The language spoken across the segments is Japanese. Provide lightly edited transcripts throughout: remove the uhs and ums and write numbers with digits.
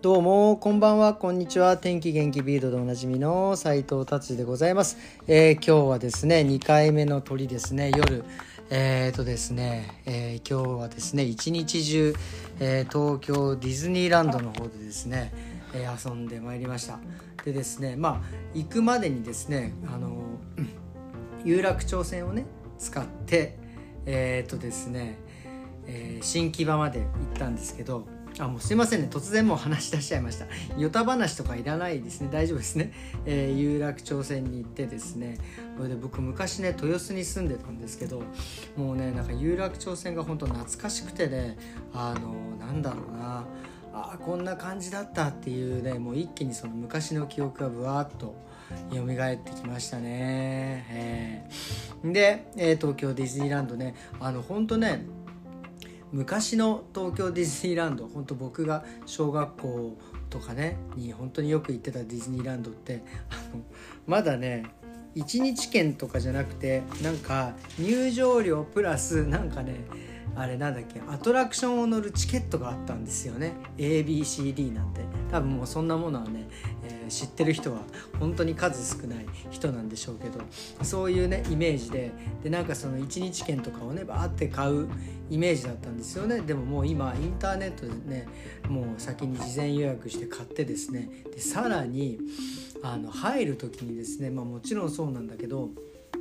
どうもこんばんは、こんにちは。天気元気ビードでおなじみの斉藤達治でございます。今日はですね2回目の鳥ですね。夜ですね、今日はですね一日中、東京ディズニーランドの方でですね、遊んでまいりました。でですね、行くまでにですね有楽町線をね使ってですね、新木場まで行ったんですけど、もうすいませんね、突然もう話し出しちゃいました。ヨタ話とかいらないですね、大丈夫ですね。有楽町線に行ってですね、それで僕昔ね豊洲に住んでたんですけど、もうねなんか有楽町線が本当懐かしくてね、なんだろうな、こんな感じだったっていうね、もう一気にその昔の記憶がぶわーっと蘇ってきましたね。で、東京ディズニーランドね、本当ね昔の東京ディズニーランド、本当僕が小学校とかねに本当によく行ってたディズニーランドってまだね1日券とかじゃなくて、なんか入場料プラスなんかねあれなんだっけ、アトラクションを乗るチケットがあったんですよね。 ABCD なんて多分もうそんなものはね、知ってる人は本当に数少ない人なんでしょうけど、そういうねイメージでなんかその1日券とかをねバーって買うイメージだったんですよね。でももう今インターネットでねもう先に事前予約して買ってですね、でさらに入る時にですね、もちろんそうなんだけど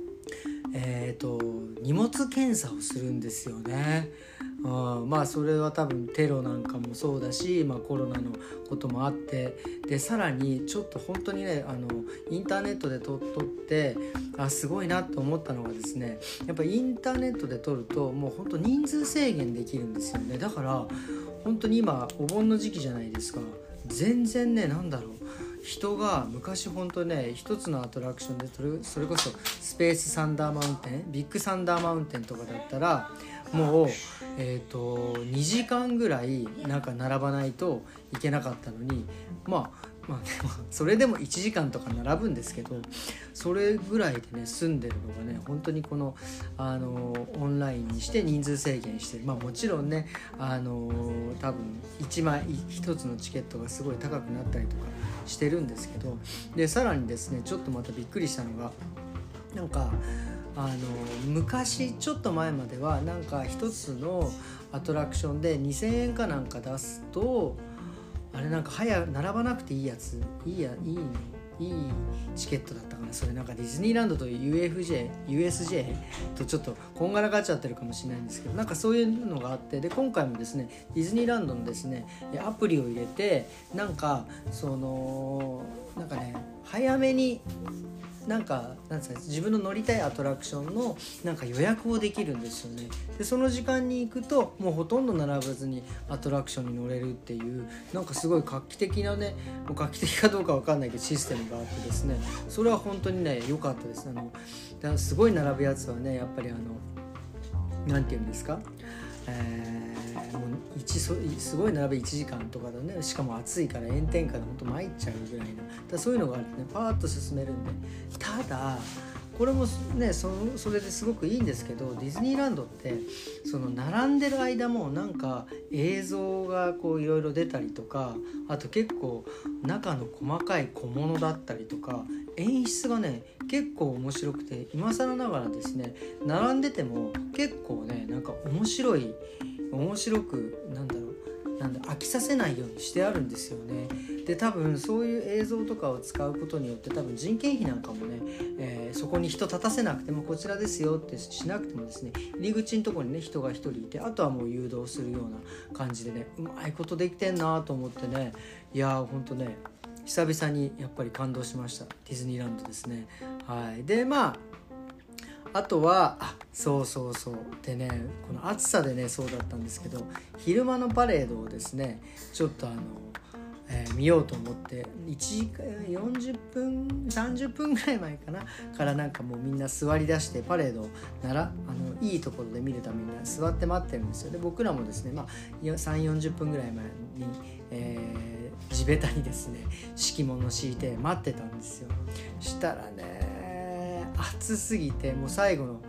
荷物検査をするんですよね。それは多分テロなんかもそうだし、コロナのこともあって、でさらにちょっと本当にねインターネットで撮ってすごいなと思ったのがですね、やっぱりインターネットで撮るともう本当人数制限できるんですよね。だから本当に今お盆の時期じゃないですか。全然ね人が昔本当ね一つのアトラクションでそれこそスペースサンダーマウンテン、ビッグサンダーマウンテンとかだったらもう、2時間ぐらいなんか並ばないといけなかったのに、それでも1時間とか並ぶんですけど、それぐらいでね住んでるのがね本当にこの、オンラインにして人数制限して、もちろんね多分1つのチケットがすごい高くなったりとかしてるんですけど、でさらにですねちょっとまたびっくりしたのが、なんか昔ちょっと前まではなんか一つのアトラクションで2000円かなんか出すとなんか並ばなくていいやつ、いいチケットだったかな。それなんかディズニーランドと USJ とちょっとこんがらがっちゃってるかもしれないんですけど、なんかそういうのがあって、で今回もですねディズニーランドのですねアプリを入れてなんか早めになんですか、自分の乗りたいアトラクションのなんか予約をできるんですよね。でその時間に行くともうほとんど並ばずにアトラクションに乗れるっていう、なんかすごい画期的なね、もう画期的かどうかわかんないけどシステムがあってですね、それは本当にね良かったです。すごい並ぶやつはねやっぱりなんていうんですか、もうすごい並べ1時間とかだね。しかも暑いから炎天下で本当参っちゃうぐらいな、そういうのがあってねパーッと進めるんで、ただこれもねそれですごくいいんですけど、ディズニーランドってその並んでる間もなんか映像がこういろいろ出たりとか、あと結構中の細かい小物だったりとか演出がね結構面白くて、今更ながらですね並んでても結構ねなんか面白く飽きさせないようにしてあるんですよね。で多分そういう映像とかを使うことによって多分人件費なんかもね、そこに人立たせなくてもこちらですよってしなくてもですね、入り口のところにね人が一人いて、あとはもう誘導するような感じでね、うまいことできてんなと思ってね、いやーほんとね久々にやっぱり感動しました。ディズニーランドですね。はい。であとはそうでね、この暑さでねそうだったんですけど、昼間のパレードをですねちょっと見ようと思って1時間40分30分ぐらい前からなんかもうみんな座り出してパレードいいところで見るために座って待ってるんですよ。で僕らもですね3-40分ぐらい前に、地べたにですね敷物を敷いて待ってたんですよ。したらね暑すぎてもう最後の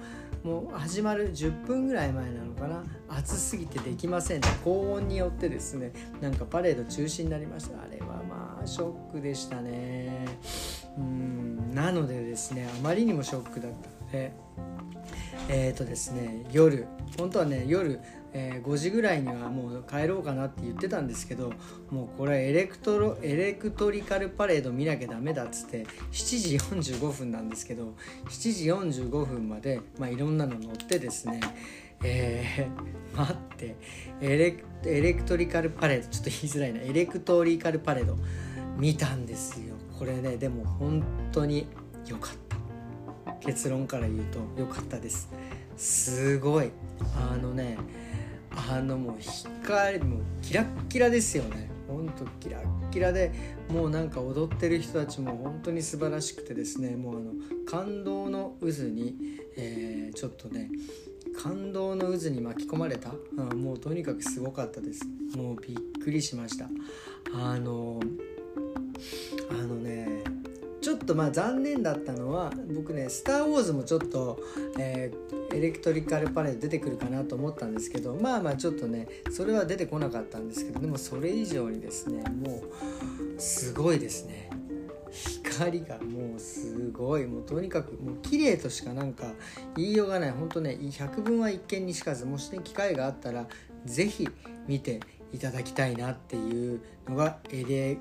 もう始まる10分ぐらい前なのかな、暑すぎてできませんと高温によってですね、なんかパレード中止になりました。あれはまあショックでしたね。なのでですね、あまりにもショックだったのでですね、本当はね夜、5時ぐらいにはもう帰ろうかなって言ってたんですけど、もうこれエレクトリカルパレード見なきゃダメだっつって7時45分なんですけど、7時45分まで、いろんなの乗ってですね、待ってエレクトリカルパレード、ちょっと言いづらいな、エレクトリカルパレード見たんですよ。これねでも本当に良かった。結論から言うと良かったです。すごいもう光もキラッキラですよね。ほんとキラッキラで、もうなんか踊ってる人たちも本当に素晴らしくてですね、もう感動の渦に、ちょっとね感動の渦に巻き込まれた、もうとにかくすごかったです。もうびっくりしました。ちょっと残念だったのは、僕ねスターウォーズもちょっと、エレクトリカルパレード出てくるかなと思ったんですけど、ちょっとねそれは出てこなかったんですけど、でもそれ以上にですねもうすごいですね。光がもうすごい、もうとにかくもう綺麗としかなんか言いようがない。本当ね百聞は一見にしかず、もしね機会があったらぜひ見ていただきたいなっていうのがエレ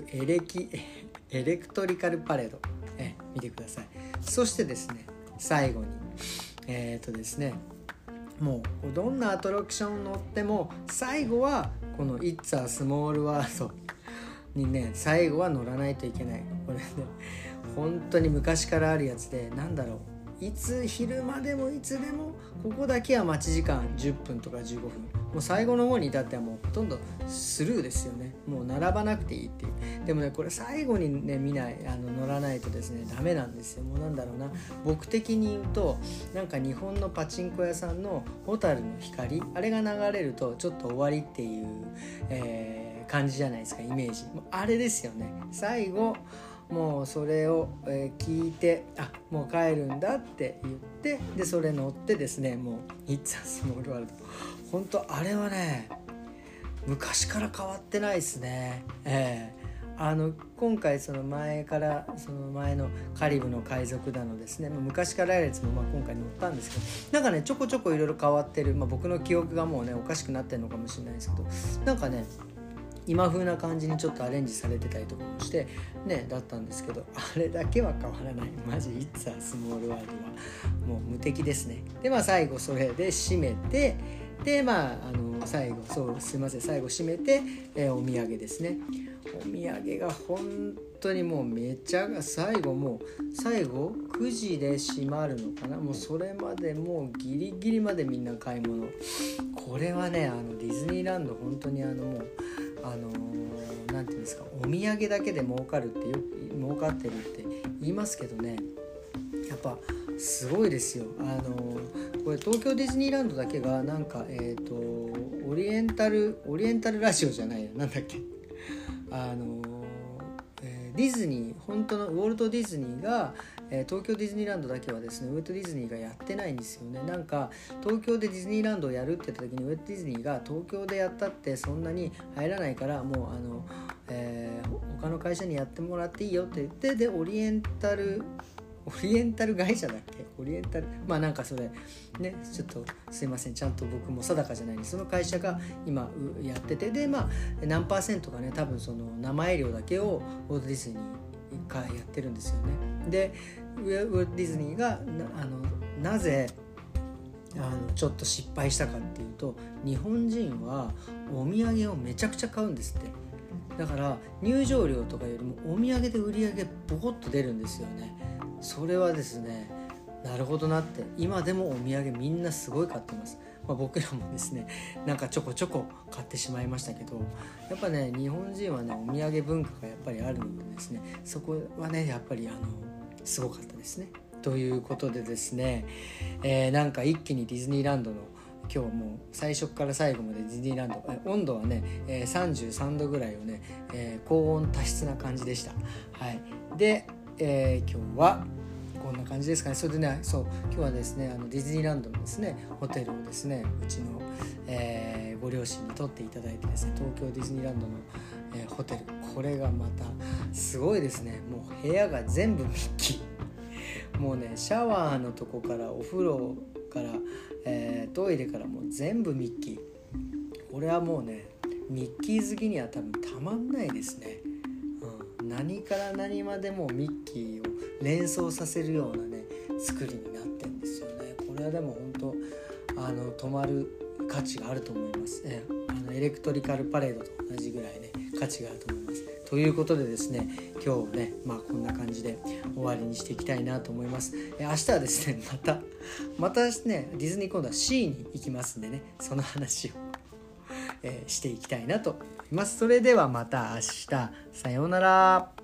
クトリカルパレード、見てください。そしてですね最後にですね、もうどんなアトラクション乗っても最後はこの It's a Small World にね最後は乗らないといけない。これね本当に昔からあるやつで、いつ昼間でもいつでもここだけは待ち時間10分とか15分、もう最後の方に至ってはもうほとんどスルーですよね。もう並ばなくていいっていう。でもねこれ最後にね乗らないとですねダメなんですよ。もう僕的に言うとなんか日本のパチンコ屋さんのホタルの光、あれが流れるとちょっと終わりっていう、感じじゃないですか、イメージ。あれですよね。最後もうそれを聞いて、もう帰るんだって言って、でそれ乗ってですね、もう It's a Small World、 本当あれはね昔から変わってないですね。今回その前のカリブの海賊団のですね、昔からあるやつも今回乗ったんですけど、ちょこちょこいろいろ変わってる、僕の記憶がもうねおかしくなってるのかもしれないですけど、今風な感じにちょっとアレンジされてたりとかもしてねだったんですけど、あれだけは変わらない。マジ It's a Small World はもう無敵ですね。で最後それで締めて、で最後最後締めて、お土産ですね。お土産が本当にもう最後9時で閉まるのかな、もうそれまでもうギリギリまでみんな買い物。これはねディズニーランド本当にもうなんていうんですか、お土産だけで儲かってるって言いますけどね、やっぱすごいですよ。これ東京ディズニーランドだけがオリエンタルラジオじゃないよ、なんだっけ、ディズニー、本当のウォルト・ディズニーが、東京ディズニーランドだけはですねウォルト・ディズニーがやってないんですよね。東京でディズニーランドをやるって言った時にウォルト・ディズニーが東京でやったってそんなに入らないから、もう他の会社にやってもらっていいよって言って、でオリエンタル会社だっけ、それね、ちょっとすいません、ちゃんと僕も定かじゃないんです。その会社が今やってて、で何パーセントかね、多分その名前料だけをウォルト・ディズニーがやってるんですよね。でウォルト・ディズニーがなぜちょっと失敗したかっていうと、日本人はお土産をめちゃくちゃ買うんですって。だから入場料とかよりもお土産で売り上げボコッと出るんですよね。それはですね、なるほどなって、今でもお土産みんなすごい買ってます。僕らもですねちょこちょこ買ってしまいましたけど、やっぱね日本人はねお土産文化がやっぱりあるのでですね、そこはねやっぱりすごかったですね。ということでですね、一気にディズニーランドの今日もう最初から最後までディズニーランド、温度はね、33度ぐらいをね、高温多湿な感じでした。はい。で、今日はここんな感じですかね。それでね、そう今日はですねディズニーランドのですねホテルをですねうちの、ご両親に取っていただいてですね、東京ディズニーランドの、ホテル、これがまたすごいですね。もう部屋が全部ミッキー、もうねシャワーのとこからお風呂から、トイレからもう全部ミッキー。これはもうねミッキー好きには多分たまんないですね。何から何までもミッキーを連想させるようなね作りになってるんですよね。これはでも本当泊まる価値があると思います。エレクトリカルパレードと同じぐらいね価値があると思います。ということでですね、今日ねこんな感じで終わりにしていきたいなと思います。明日はですねまたねディズニー今度は C に行きますんでね、その話を、していきたいなと思います。それではまた明日、さようなら。